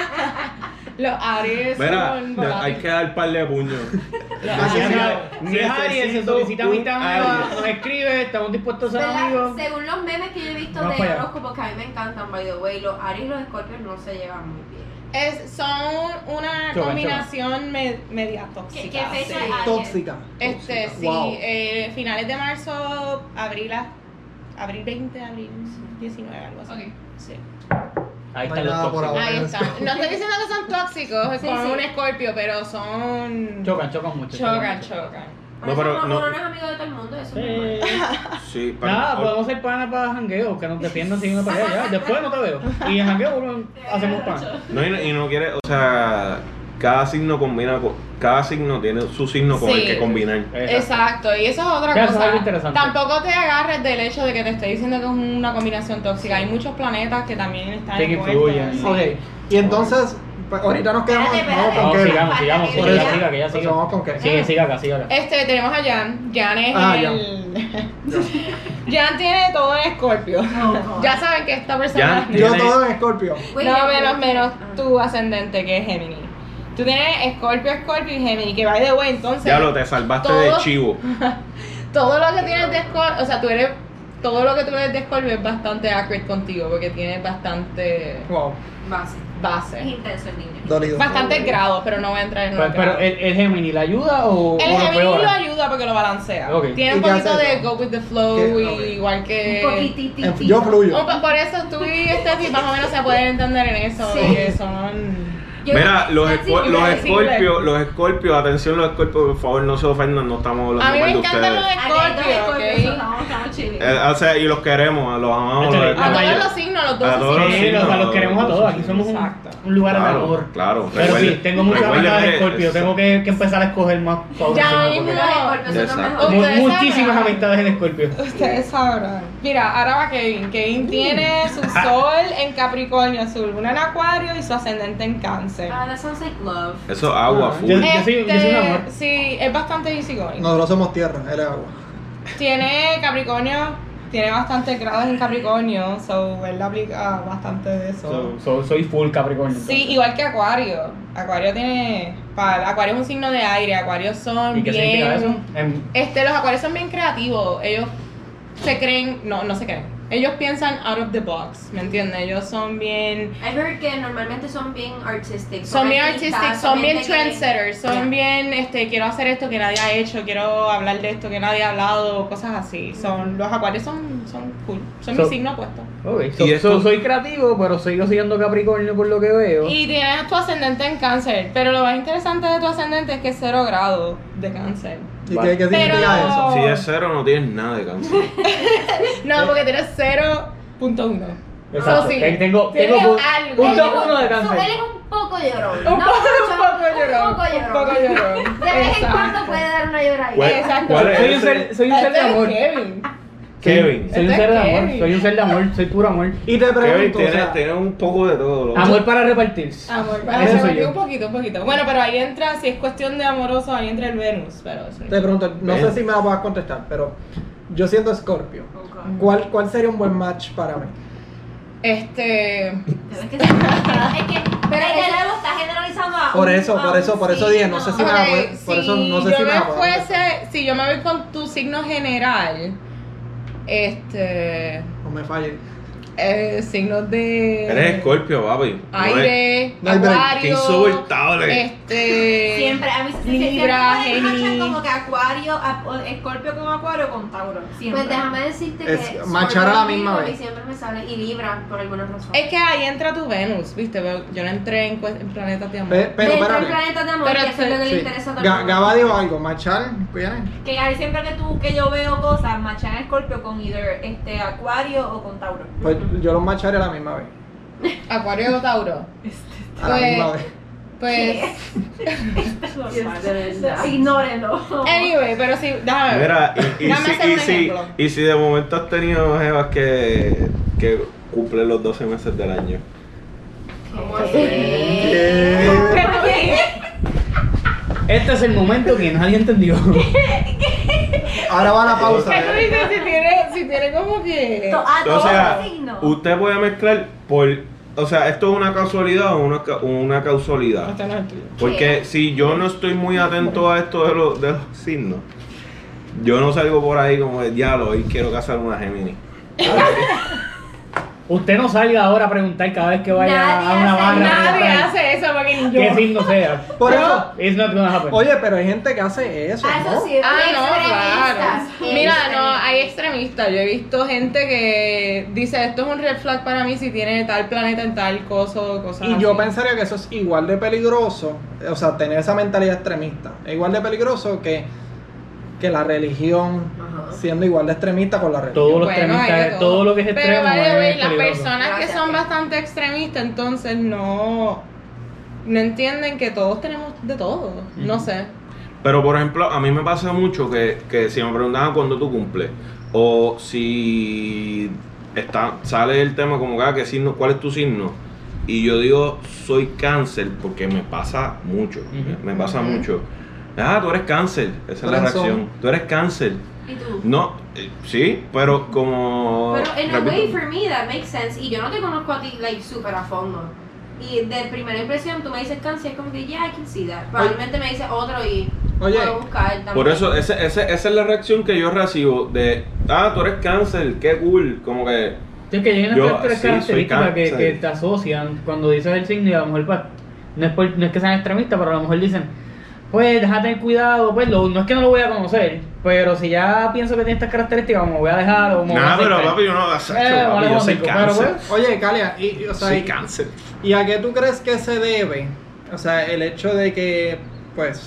Los Aries Mira, son hay volátiles. que dar par de puños. Los Así Aries- es. Si es Aries, se Necesito solicita un amistad nueva, Aries. nos escribe, estamos dispuestos a ser ¿Verdad? amigos. Según los memes que yo he visto Vamos de para allá. horóscopos que a mí me encantan, by the way, los Aries y los Escorpios no se llevan muy bien. Es, son una Chocan, combinación me- media tóxica. ¿Qué- qué fecha sí. es? Tóxica. Este, sí, Wow. eh, finales de marzo, abril, a- abril veinte, abril diecinueve, algo así. Ok. Sí. Ahí No hay están los nada por tóxicos. ahora. Ahí está. No estoy diciendo que son tóxicos, es Sí, como sí. un escorpio, pero son. Chocan, chocan mucho. Chocan, mucho. chocan. Por No, eso pero uno, no- uno no es amigo de todo el mundo, eso es Sí. normal. Sí, pero- Nada, podemos ser panas para jangueo, que nos defiendan si uno para allá. Ya. Después no te veo. Y en jangueo uno hacemos pan. No, y, y no quiere, o sea, cada signo combina, con- cada signo tiene su signo con Sí. el que combinar. Exacto, y eso es otra Ya, eso es cosa. algo interesante. Tampoco te agarres del hecho de que te estoy diciendo que es una combinación tóxica. Hay muchos planetas que también están Sí, que envueltos. influyen. Sí. Ok, y entonces, pues, ahorita nos quedamos. Espérate, Vamos espérate. con No, qué. sigamos, sigamos, que Por ella eso- siga, que ella Pues siga. vamos con qué. Sigue, siga acá, siga acá. Este, tenemos a Jan. Jan es Ah, el. Jan tiene todo en Escorpio. Ya saben que esta persona. Jan Yo Tiene- todo en Escorpio. Güey, No, yo- menos, menos Ah. tu ascendente, que es Gemini. Tú tienes Escorpio, Escorpio y Gemini, que by the way, entonces. Ya lo te salvaste todo- de chivo. Todo lo que tienes de Escorpio, o sea, tú eres. Todo lo que tú eres de Escorpio es bastante accurate contigo, porque tienes bastante Wow, Base. Es base. intenso el niño. dolido. Bastantes grados, pero no voy a entrar en los Pero, pero grados. ¿el, el Gemini la ayuda o, El o lo Gemini peora? lo ayuda porque lo balancea. Ok. Tiene un ¿Y qué poquito hace de eso? go with the flow, ¿Qué? y Ok. igual que. Un poquitito. En- Yo fluyo. Un po- por eso tú y Steffi más o menos se pueden entender en eso, Sí. que son. Yo- Mira, los, Nancy, esco- los impredecible. escorpios, los escorpios, atención los escorpios, por favor no se ofendan, no estamos A hablando mí mal me de encantan los ustedes. Scorpio, Estamos ¿ok? estamos chilling. Eh, o sea, y los queremos, los amamos. Échale. los- A La todos mayor- los signos, los A doce todos los signos. Sí, signos. los, los queremos a todos, aquí somos un, Exacto. un lugar de Claro, amor. claro. Pero Recuerde- sí, tengo muchas recuerde amistades de que- Scorpio, tengo que, que empezar a escoger más para Ya otro signo, mismo. porque- Los escorpios son los Exacto. mejores. Mu- Ustedes muchísimas sabrán. amistades en Scorpio. Ustedes sabrán. Mira, ahora va Kevin. Kevin tiene su sol en Capricornio, su luna en Acuario y su ascendente en Cáncer. Ah, that sounds like love. Eso es agua, Ah, full. yo- soy- yo soy un Este, amor. Sí, es bastante easygoing. Nosotros somos tierra, él es agua. Tiene Capricornio, tiene bastantes grados en Capricornio, so él aplica bastante de eso. So- so- soy full Capricornio. Sí, entonces. igual que Acuario. Acuario tiene. pa- Acuario es un signo de aire. Acuarios son ¿Y qué significa eso? bien. Em, Este, los acuarios son bien creativos. Ellos se creen. No, no se creen. Ellos piensan out of the box. ¿Me entiendes? Ellos son bien. I heard que normalmente son bien artistic. Son bien artistas, artistic, son bien gente que- trendsetters, son Yeah. bien, este, quiero hacer esto que nadie ha hecho, quiero hablar de esto que nadie ha hablado, cosas así. Son, los acuarios son, son cool, son So- mi signo opuesto. ok, so- Y esto- so- soy creativo, pero sigo siendo Capricornio por lo que veo. Y tienes tu ascendente en Cáncer, pero lo más interesante de tu ascendente es que es cero grado de Cáncer. ¿Y Vale. qué, qué significa Pero- eso? Si es cero, no tienes nada de cáncer. No, porque tienes cero punto uno. Exacto. So, sí, Ten- tengo tienes tengo pu- algo. punto Él es un- uno de so, cáncer. él es un poco llorón. Un No poco, mucho, un poco llorón, Un poco un poco llorón. llorón. De vez en Exacto. cuando puede dar una lloradita. ¿Cuál- Exacto. cuál es Soy un ese? ser, soy un ser de Este es amor. Kevin. Kevin. Soy un Este ser de es amor. Kevin. Soy un ser de amor. Soy puro amor. Y te Kevin pregunto, o tiene, sea, tiene un poco de todo. loco. Amor para repartir. Amor, Ese para soy repartir yo. un poquito, un poquito. Bueno, pero ahí entra, si es cuestión de amoroso, ahí entra el Venus, pero sí. te pregunto, no Ven. sé si me la puedas contestar, pero yo siendo Scorpio, ¿cuál, ¿cuál sería un buen match para mí? Este. Es que, es que, pero es que luego está generalizando a Por un- eso, a por un eso, por eso signo. dije, no sé si me la Ok, puede- por si eso no sé yo si me me la puedo fuese, si yo me voy con tu signo general, este. No me fallen. Eh, signos de. Eres Scorpio, papi. No es- Aire, No hay break. Acuario. Qué insoportable. Este. Siempre, a mí se siempre Libra, pueden matchar Géminis. como que Acuario, a- o Escorpio con Acuario con Tauro. Siempre. Pues déjame decirte que Es machar a la misma Scorpio y vez. siempre me sale y Libra por alguna razón. Es que ahí entra tu Venus, ¿viste? Pero yo no entré en, cue- en planetas de amor. Pe- pero Dentro del espérate. planeta de amor, Pero que eso es lo que le Sí. interesa a todo Ga- el mundo. Gaba dijo algo, machar, ¿quién es? Que ahí siempre que tú que yo veo cosas, machan a Escorpio con either este Acuario o con Tauro. Pues yo los macharé a la misma vez. Acuario o Tauro. A la Pues- misma vez. Pues. Ignórenlo. Anyway, pero sí, déjame ver. Mira, y, y, Dame si, hacer y, un si, ejemplo. y si de momento has tenido jevas que, que cumplen los doce meses del año. ¿Cómo ¿Qué? Este es el momento que nadie entendió. Ahora va la pausa. ¿Qué tú dices? Si tiene, si tiene como que. A O todos sea, los signos. usted puede mezclar por... O sea, ¿esto es una casualidad o una, ca- una causalidad? Este no es el tuyo. Porque si yo no estoy muy atento a esto de los, de los signos, yo no salgo por ahí como de diablo, hoy quiero casar una Gemini. Usted no salga ahora a preguntar cada vez que vaya Nadie a una hace barra. a Nadie preguntar hace eso porque ni yo. ¿Qué signo sea? Por eso. It's not gonna happen. Oye, pero hay gente que hace eso, Ah, ¿no? eso sí, Ah, no, extremistas, claro. Mira, no, extremistas. hay extremistas. Yo he visto gente que dice esto es un red flag para mí si tiene tal planeta en tal coso, cosas Y yo así. pensaría que eso es igual de peligroso, o sea, tener esa mentalidad extremista, es igual de peligroso que, que la religión, Ajá. siendo igual de extremista con la religión. Todo lo Bueno, extremista, hay de todo. todo. lo que es extremo Pero by the way, es las peligroso. personas que Gracias, son Ken. bastante extremistas entonces no no entienden que todos tenemos de todo. No Ujú. sé. Pero por ejemplo, a mí me pasa mucho que, que si me preguntaban cuándo tú cumples, o si está, sale el tema como que, ah, ¿qué signo, ¿cuál es tu signo? Y yo digo, soy cáncer, porque me pasa mucho, Ujú. me, me pasa Ujú. mucho. Ah, tú eres cáncer, esa es la Corazón. reacción, tú eres cáncer. ¿Y tú? No, eh, sí, pero como... Pero en a repito, way for me that makes sense y yo no te conozco a ti like super a fondo y de primera impresión tú me dices cáncer es como que yeah I can see that probablemente me dices otro y Oye, puedo buscar también. Por eso, ese, ese, esa es la reacción que yo recibo de, ah, tú eres cáncer, qué cool, como que... Es que llegan Yo, estas tres sí, soy características que, cáncer. que te asocian cuando dices el signo y a lo mejor pues, no es, por- no es que sean extremistas, pero a lo mejor dicen, pues déjate tener cuidado, pues lo- no es que no lo voy a conocer, pero si ya pienso que tiene estas características, me voy a dejar o me voy a Nah, pero aceptar. papi, yo no, exacto, Eh, papi, vale, yo soy bonito, pero cáncer. pues, oye, Calia, y, y, o sea, Soy y- cáncer. ¿y a qué tú crees que se debe? O sea, el hecho de que, pues, o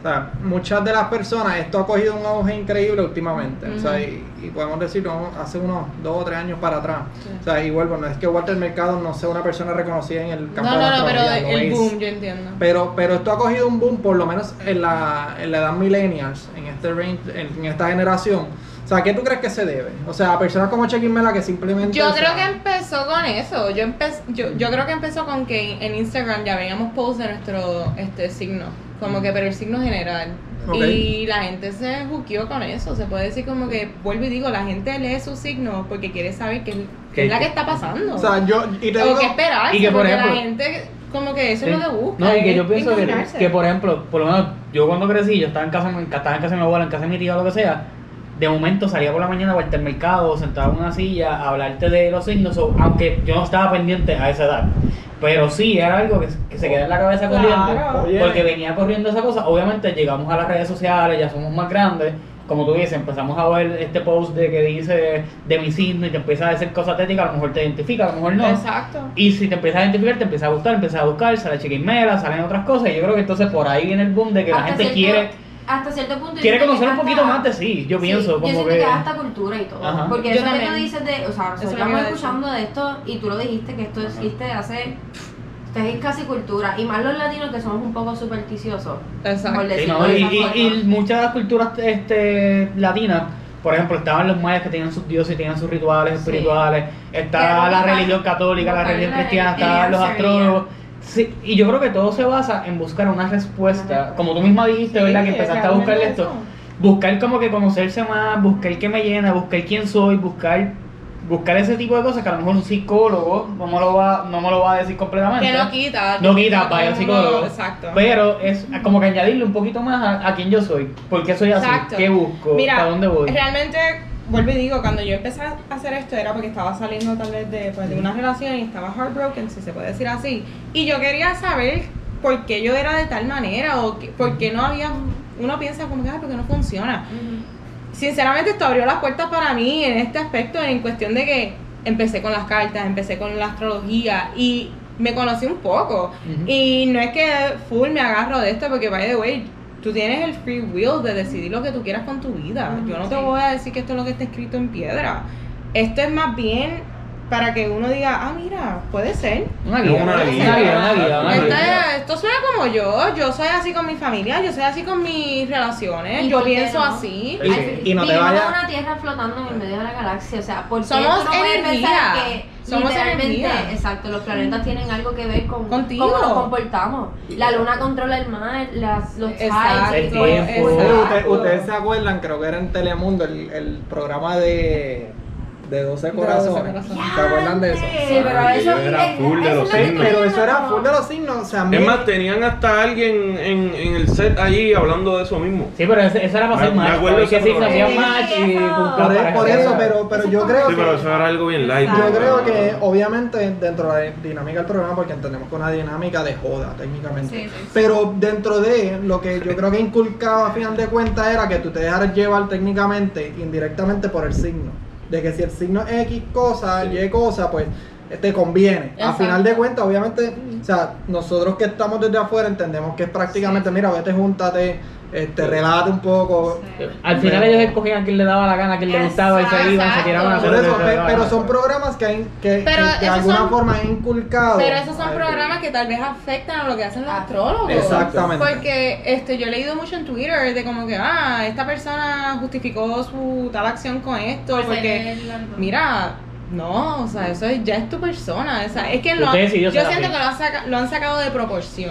sea, muchas de las personas, esto ha cogido un auge increíble últimamente, Ujú. o sea, y, y podemos decir, ¿no? Hace unos dos o tres años para atrás, Sí. o sea, y vuelvo, no es que Walter Mercado no sea una persona reconocida en el campo No, de la no, no, pero astrología, lo el es. boom, yo entiendo. Pero, pero esto ha cogido un boom, por lo menos en la, en la edad millennials, en este range, en, en esta generación. O sea, ¿a qué tú crees que se debe? O sea, a personas como Chequín Mela que simplemente... Yo o creo sea, que empezó con eso. Yo, empe- yo, yo creo que empezó con que en Instagram ya veíamos posts de nuestro este signo. Como que, pero el signo general. Ok. Y la gente se juqueó con eso. Se puede decir como que, vuelvo y digo, la gente lee su signo porque quiere saber qué, qué es la que está pasando. O sea, yo... Y te o digo, qué esperar. y que, por porque ejemplo- la gente, como que eso es lo que busca. No, y que es yo pienso que, encaminarse. que, por ejemplo, por lo menos yo cuando crecí, yo estaba en casa, estaba en casa de mi abuela, en casa de mi tía o lo que sea, de momento salía por la mañana a vuelta al mercado, sentado en una silla, a hablarte de los signos, o- aunque yo no estaba pendiente a esa edad. Pero sí, era algo que, que se queda en la cabeza Claro. corriendo, Oye. porque venía corriendo esa cosa. Obviamente llegamos a las redes sociales, ya somos más grandes, como tú dices, empezamos a ver este post de que dice de mi signo y te empieza a decir cosas técnicas, a lo mejor te identifica, a lo mejor no. Exacto. Y si te empiezas a identificar, te empieza a gustar, empiezas a buscar, sale Chequín Mela, salen otras cosas, y yo creo que entonces por ahí viene el boom de que la Hasta gente cierto- quiere hasta cierto punto yo quiere siento conocer que un hasta- poquito más de sí, yo Sí, pienso, como yo siento que... que hasta cultura y todo. Ajá. Porque Yo eso que también. tú dices de, o sea, Eso nosotros es lo que estamos iba a decir. escuchando de esto y tú lo dijiste que esto existe hace, esto es casi cultura, y más los latinos que somos un poco supersticiosos. Exacto. Por Sí, decirlo ¿no? de y, esa y- forma. y muchas de las culturas este, latinas, por ejemplo, estaban los mayas que tenían sus dioses y tenían sus rituales Sí. espirituales, Que está la buscan- religión católica, la buscan religión la- cristiana, el estaban los answer, astrólogos. Sí, y yo creo que todo se basa en buscar una respuesta, como tú misma dijiste, Sí, ¿verdad? Que empezaste a buscar realmente esto. eso. Buscar como que conocerse más, buscar qué me llena, buscar quién soy, buscar buscar ese tipo de cosas que a lo mejor un psicólogo no me lo va, no me lo va a decir completamente. Que no quita. No que quita para el no- psicólogo. Exacto. Pero es como que añadirle un poquito más a, a quién yo soy. ¿Por qué soy así? Exacto. ¿Qué busco? Mira, ¿Para dónde voy? realmente, vuelvo y digo, cuando yo empecé a hacer esto era porque estaba saliendo tal vez de, pues, de una relación y estaba heartbroken, si se puede decir así. Y yo quería saber por qué yo era de tal manera o que- por qué no había... Uno piensa como que, ah, porque no funciona. Sinceramente esto abrió las puertas para mí en este aspecto, en cuestión de que empecé con las cartas, empecé con la astrología y me conocí un poco. Ujú. Y no es que full me agarro de esto porque, by the way, tú tienes el free will de decidir lo que tú quieras con tu vida. Ujú, Yo no te sí. voy a decir que esto es lo que está escrito en piedra. Esto es más bien para que uno diga, ah, mira, puede ser. Una guía, Una una guía. guía, una guía, una guía, una Esto, guía. es- esto suena como yo, yo soy así con mi familia, yo soy así con mis relaciones, ¿Y yo por qué pienso no? así. Sí. Ay, Y no te vivimos vayas- en una tierra flotando en el medio de la galaxia, o sea, ¿por qué Somos tú no puedes energía. pensar que Somos literalmente, energía. exacto, los planetas tienen algo que ver con Contigo. cómo nos comportamos? La luna controla el mar, las, los Exacto, tides y el todo. tiempo. Oye, exacto. usted- ustedes se acuerdan, creo que era en Telemundo, el, el programa de, de doce De corazones. doce corazones. ¿Se acuerdan de eso? Sí, pero Ah, eso yo era es- full de eso los es lo que signos. Pero tiene eso era como- full de los signos. O sea, Es mire- más, tenían hasta alguien en, en el set allí hablando de eso mismo. Sí, pero ese- eso era para Me- hacer me match. acuerdo para ver ese que sí se programa. hacían match y Sí, buscar por, e- pareja. por eso, pero, pero Eso yo es creo Sí, pero que... eso era algo bien light. Yo Exacto. creo que obviamente dentro de la dinámica del programa, porque entendemos que es una dinámica de joda técnicamente, Sí, sí, sí. pero dentro de lo que yo creo que inculcaba a final de cuentas era que tú te dejaras llevar técnicamente, indirectamente por el signo, de que si el signo es X cosa, Y cosa, pues te conviene. A Exacto. final de cuentas, obviamente, o sea, nosotros que estamos desde afuera entendemos que es prácticamente, mira, vete, júntate, este, relájate un poco. Sí. Al final ellos escogían a quien le daba la gana, a quien le gustaba y se Exacto. iban, se tiraban a hacer Por lo que eso, se pe- daba la pero gana. son programas que, hay- que, Pero que de esos alguna son- forma han inculcado. Pero esos son Ay, programas que tal vez afectan a lo que hacen los Ah, astrólogos. Exactamente. Porque este, yo he leído mucho en Twitter de como que, ah, esta persona justificó su tal acción con esto, Por porque, ser el- mira, no, o sea, eso es- ya es tu persona. O sea, es que lo, Usted decidió yo ser siento así. que lo han, saca- lo han sacado de proporción.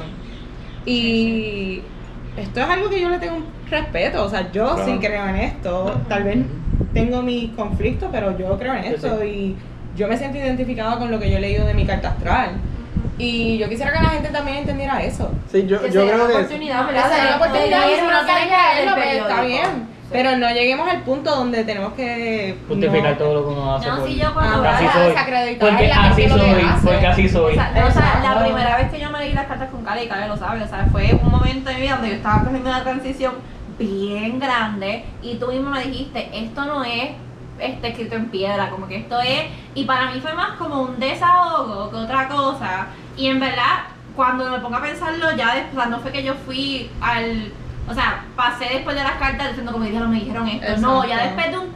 Y esto es algo que yo le tengo un respeto. O sea, yo sí Claro. creo en esto. Tal vez tengo mis conflictos, pero yo creo en Sí, esto. sí. Y yo me siento identificada con lo que yo he leído de mi carta astral. Y yo quisiera que la gente también entendiera eso. Sí, yo, Que yo se dé creo la que oportunidad, Que ¿verdad? se den la de- oportunidad de y ir si no más quieren allá creerlo, del pues está periódico. bien. Sí. Pero no lleguemos al punto donde tenemos que Justificar no- todo lo que uno hace. No, por- si yo cuando Ah, Así vea- soy. desacreditar Porque a la así gente lo que soy, hace. porque así soy. O sea, no, o sea, la Exacto. primera vez que yo me leí las cartas con Cale, y Cale lo sabe, o sea, fue un momento de mi vida donde yo estaba cogiendo una transición bien grande y tú mismo me dijiste, esto no es este escrito en piedra, como que esto es, y para mí fue más como un desahogo que otra cosa, y en verdad, cuando me pongo a pensarlo, ya después, o sea, no fue que yo fui al o sea, pasé después de las cartas diciendo como dijeron, me dijeron esto. Exacto. No, ya después de un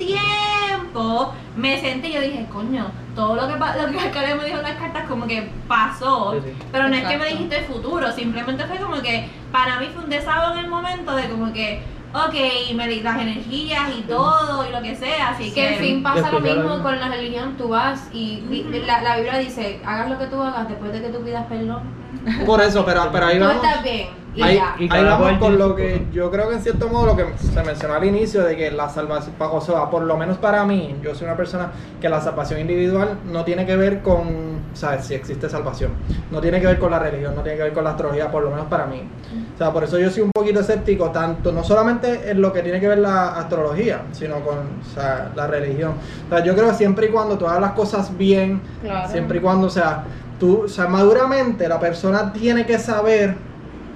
tiempo me senté y yo dije, coño, todo lo que, pa- lo que Karen me dijo en las cartas como que pasó. Sí, sí. Pero no es que me Exacto. dijiste el futuro, simplemente fue como que para mí fue un desahogo en el momento de como que, ok, me di las energías y todo y lo que sea, así Que que... en fin pasa lo Después ya mismo lo- con la religión, tú vas y, y Ujú. la, la Biblia dice, hagas lo que tú hagas después de que tú pidas perdón, Por eso, pero, pero ahí tú vamos. estás bien y Ahí, ya. Y ahí cada vamos cual con tiene lo su que cosa. yo creo que en cierto modo lo que se mencionó al inicio de que la salvación, o sea, por lo menos para mí, yo soy una persona que la salvación individual no tiene que ver con, ¿sabes? Si existe salvación, no tiene que ver con la religión, no tiene que ver con la astrología, por lo menos para mí. O sea, por eso yo soy un poquito escéptico, tanto, no solamente en lo que tiene que ver la astrología, sino con, o sea, la religión. O sea, yo creo que siempre y cuando tú hagas las cosas bien, Claro. siempre y cuando, o sea, tú, o sea, maduramente la persona tiene que saber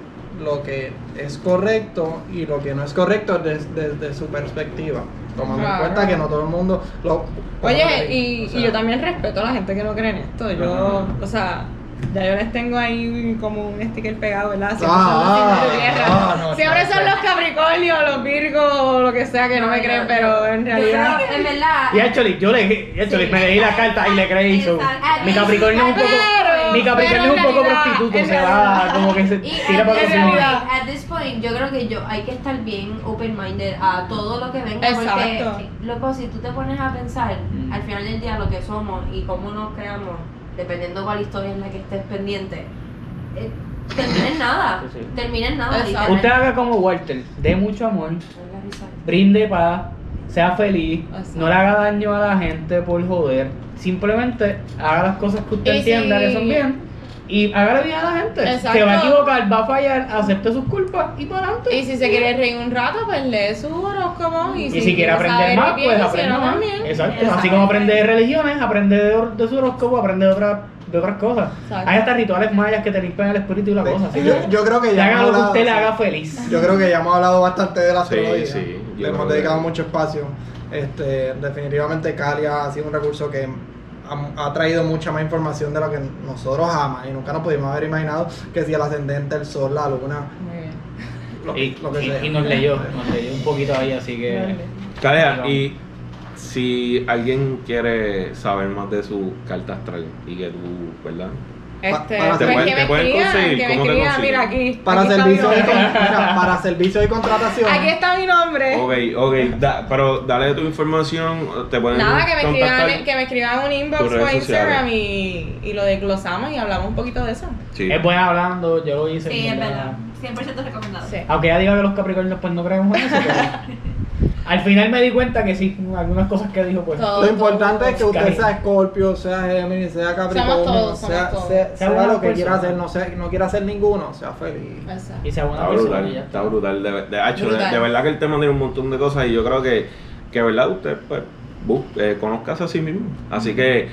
lo que es correcto y lo que no es correcto desde, desde su perspectiva, tomando en Claro. cuenta que no todo el mundo lo... Oye, y, o sea, y yo también respeto a la gente que no cree en esto. Yo, o sea, ya yo les tengo ahí como un sticker pegado, ¿verdad? Siempre Ah, son los signos de ah, tierra. ah, no, Siempre no, son no. los Capricornios, los Virgos, lo que sea que no, me creen, pero en Yo realidad. creo, en verdad, Y actually, yo le, actually, Sí. me leí la carta y le creí. So, Exacto. mi Capricornio es un poco, Pero- mi Capricornio pero es un en poco realidad, prostituto, en se va realidad. como que se y tira at, para this que en point, realidad. at this point, yo creo que yo hay que estar bien open-minded a todo lo que venga, Exacto. porque, loco, si tú te pones a pensar, Mm. al final del día lo que somos y cómo nos creamos, dependiendo cuál historia en la que estés pendiente, eh, termina en nada, Sí, sí. termina en nada. Exacto. Usted haga como Walter, dé mucho amor, literalmente. brinde paz, sea feliz, Exacto. no le haga daño a la gente por joder, simplemente haga las cosas que usted Y entienda si- que son bien y hágale bien a la gente. Exacto. Se va a equivocar, va a fallar, acepte sus culpas y para adelante. Y si se quiere reír un rato, pues lee su horóscopo. Y, Y si quiere aprender saber más, bien, pues si aprende no, más. también. Exacto. Exacto. Así como aprende de religiones, aprende de, or- de su horóscopo, aprende de, otra, de otras cosas. Exacto. Hay hasta rituales mayas que te limpian el espíritu y la cosa. Así yo, que yo creo que le ya haga hemos lo que hablado- usted le haga feliz. Yo creo que ya hemos hablado bastante de la Sí, astrología. sí, yo Le hemos creo que- dedicado mucho espacio. Este, definitivamente Cali ha sido un recurso que ha, ha traído mucha más información de lo que nosotros jamás y nunca nos pudimos haber imaginado, que si el ascendente, el sol, la luna, Muy bien. lo, Y, lo que y- sea. y nos leyó, nos leyó un poquito ahí, así que. Vale. Calea, y si alguien quiere saber más de su carta astral y que tú, ¿verdad? Este, para- pues te pueden- que me te pueden escriban, conseguir, que me ¿cómo te escriban, consiguen? mira aquí. Para aquí está servicio, mi y, nombre. mira, para servicio y contratación. Aquí está mi nombre. Ok, ok, da- pero dale tu información, te pueden Nada, que me contactar. escriban, que me escriban un inbox tus redes o Instagram sociales. y, y lo desglosamos y hablamos un poquito de eso. Sí. Es buena hablando, yo lo hice. Sí, en es verdad. verdad. cien por ciento recomendado. Sí. Aunque ya diga que los Capricornios pues no creemos en eso, pero al final me di cuenta que sí, algunas cosas que dijo pues. Todo. Lo importante es que usted Cariño. sea Scorpio, sea Géminis, sea Capricornio, Somos todos, somos sea, todos. sea, Sea sea buena lo que quiera persona. hacer, no, sea, no quiera hacer ninguno, sea feliz. Exacto. Y sea buena Está persona. brutal, y ya está brutal. De, de, hecho, de, Brutal. de verdad que el tema tiene un montón de cosas y yo creo que, que verdad, usted pues, bus- eh, conozcase a sí mismo. Así que,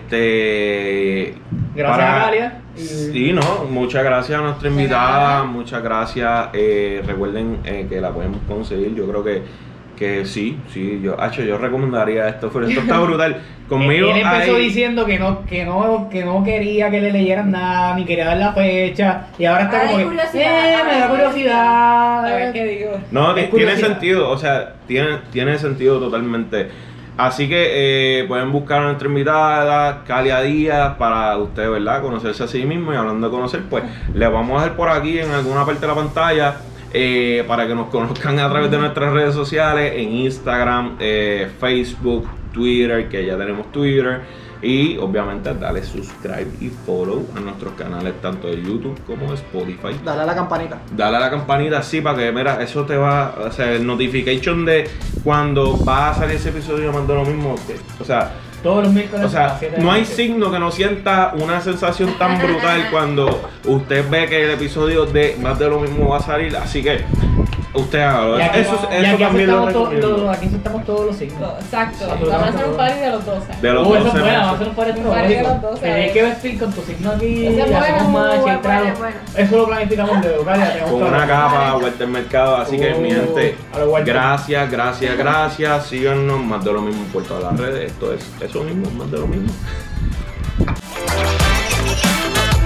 este. Gracias a Galia. Y- Sí, no, muchas gracias a nuestra De invitada, nada. muchas gracias. Eh, recuerden eh, que la podemos conseguir. Yo creo que, que sí, sí. Yo, hecho, yo recomendaría esto, pero esto está brutal. Conmigo. Él empezó hay- diciendo que no, que no, que no quería que le leyeran nada, ni quería dar la fecha, y ahora está Ay, como que, curiosidad, eh, me da ay, curiosidad. A ver qué digo. No, Es ti- tiene curiosidad. sentido, o sea, tiene, tiene sentido totalmente. Así que eh, pueden buscar a nuestra invitada, Calia Díaz, para usted, ¿verdad? Conocerse a sí mismo y hablando de conocer, pues le vamos a dejar por aquí en alguna parte de la pantalla eh, para que nos conozcan a través de nuestras redes sociales, en Instagram, eh, Facebook, Twitter, que ya tenemos Twitter. Y obviamente dale subscribe y follow a nuestros canales tanto de YouTube como de Spotify. Dale a la campanita. Dale a la campanita así para que, mira, eso te va, o sea, el notification de cuando va a salir ese episodio más de lo mismo. que- o sea, Todos los miércoles o a sea, las siete de no la hay noche. signo que no sienta una sensación tan brutal cuando usted ve que el episodio de más de lo mismo va a salir. Así que usted hágalo. Y aquí, Eso, y eso aquí también lo aceptamos to- recomiendo. lo- aquí aceptamos todos los signos. Exacto. Absolutamente Vamos a hacer un todo. party de los doce. De los Uh, eso es doce buena, meses. vamos a hacer un par de Un par de los astrológicos. doce, Tenés a que ver. vestir con tu signo aquí, Ese es hacemos bueno, match, bueno, el trago. bueno. Eso lo planificamos luego, Galia, tenemos Con que una hablar. capa, Walter Mercado. Así que, Uh, mi gente, a lo Walter. gracias, gracias, gracias. Síganos, más de lo mismo por todas las redes. Esto es eso mismo, más de lo mismo.